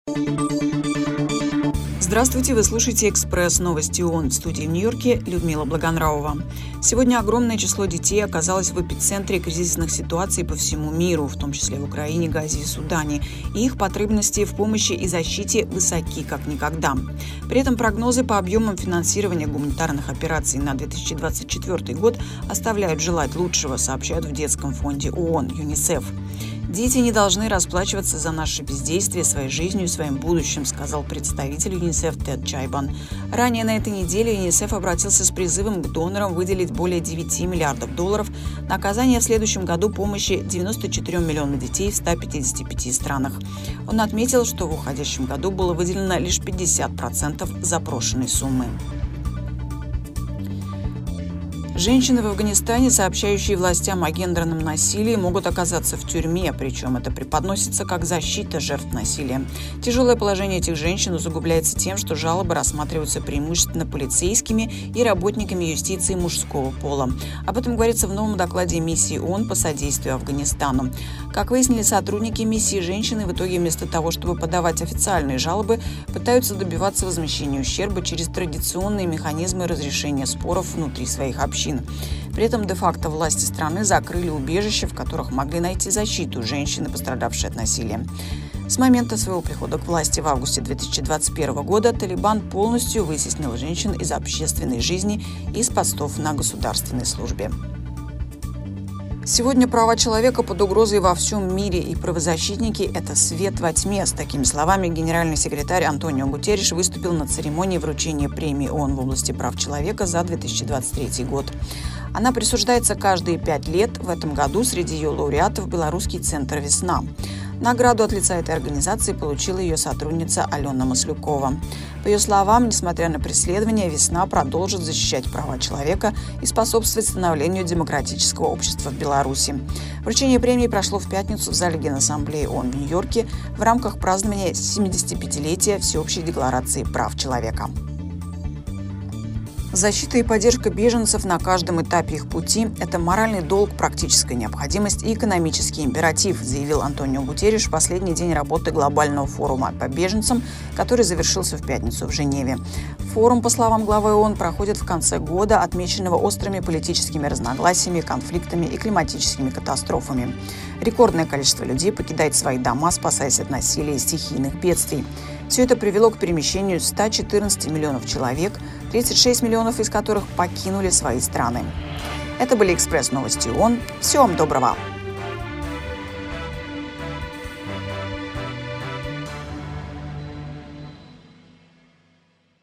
Здравствуйте, вы слушаете «Экспресс новости ООН», в студии в Нью-Йорке Людмила Благонравова. Сегодня огромное число детей оказалось в эпицентре кризисных ситуаций по всему миру, в том числе в Украине, Газе и Судане, и их потребности в помощи и защите высоки как никогда. При этом прогнозы по объемам финансирования гуманитарных операций на 2024 год оставляют желать лучшего, сообщают в детском фонде ООН ЮНИСЕФ. «Дети не должны расплачиваться за наше бездействие своей жизнью и своим будущим», сказал представитель ЮНИСЕФ Тед Чайбан. Ранее на этой неделе ЮНИСЕФ обратился с призывом к донорам выделить более 9 миллиардов долларов на оказание в следующем году помощи 94 миллионам детей в 155 странах. Он отметил, что в уходящем году было выделено лишь 50% запрошенной суммы. Женщины в Афганистане, сообщающие властям о гендерном насилии, могут оказаться в тюрьме, причем это преподносится как защита жертв насилия. Тяжелое положение этих женщин усугубляется тем, что жалобы рассматриваются преимущественно полицейскими и работниками юстиции мужского пола. Об этом говорится в новом докладе миссии ООН по содействию Афганистану. Как выяснили сотрудники миссии, женщины в итоге вместо того, чтобы подавать официальные жалобы, пытаются добиваться возмещения ущерба через традиционные механизмы разрешения споров внутри своих общин. При этом де-факто власти страны закрыли убежища, в которых могли найти защиту женщины, пострадавшие от насилия. С момента своего прихода к власти в августе 2021 года Талибан полностью вытеснил женщин из общественной жизни и с постов на государственной службе. Сегодня права человека под угрозой во всем мире, и правозащитники – это свет во тьме. С такими словами генеральный секретарь Антонио Гутерриш выступил на церемонии вручения премии ООН в области прав человека за 2023 год. Она присуждается каждые 5 лет. В этом году среди ее лауреатов Белорусский центр «Весна». Награду от лица этой организации получила ее сотрудница Алена Маслюкова. По ее словам, несмотря на преследования, «Весна» продолжит защищать права человека и способствовать становлению демократического общества в Беларуси. Вручение премии прошло в пятницу в зале Генассамблеи ООН в Нью-Йорке в рамках празднования 75-летия Всеобщей декларации прав человека. Защита и поддержка беженцев на каждом этапе их пути – это моральный долг, практическая необходимость и экономический императив, заявил Антонио Гутерриш в последний день работы глобального форума по беженцам, который завершился в пятницу в Женеве. Форум, по словам главы ООН, проходит в конце года, отмеченного острыми политическими разногласиями, конфликтами и климатическими катастрофами. Рекордное количество людей покидает свои дома, спасаясь от насилия и стихийных бедствий. Все это привело к перемещению 114 миллионов человек, 36 миллионов из которых покинули свои страны. Это были «Экспресс новости ООН». Всего вам доброго!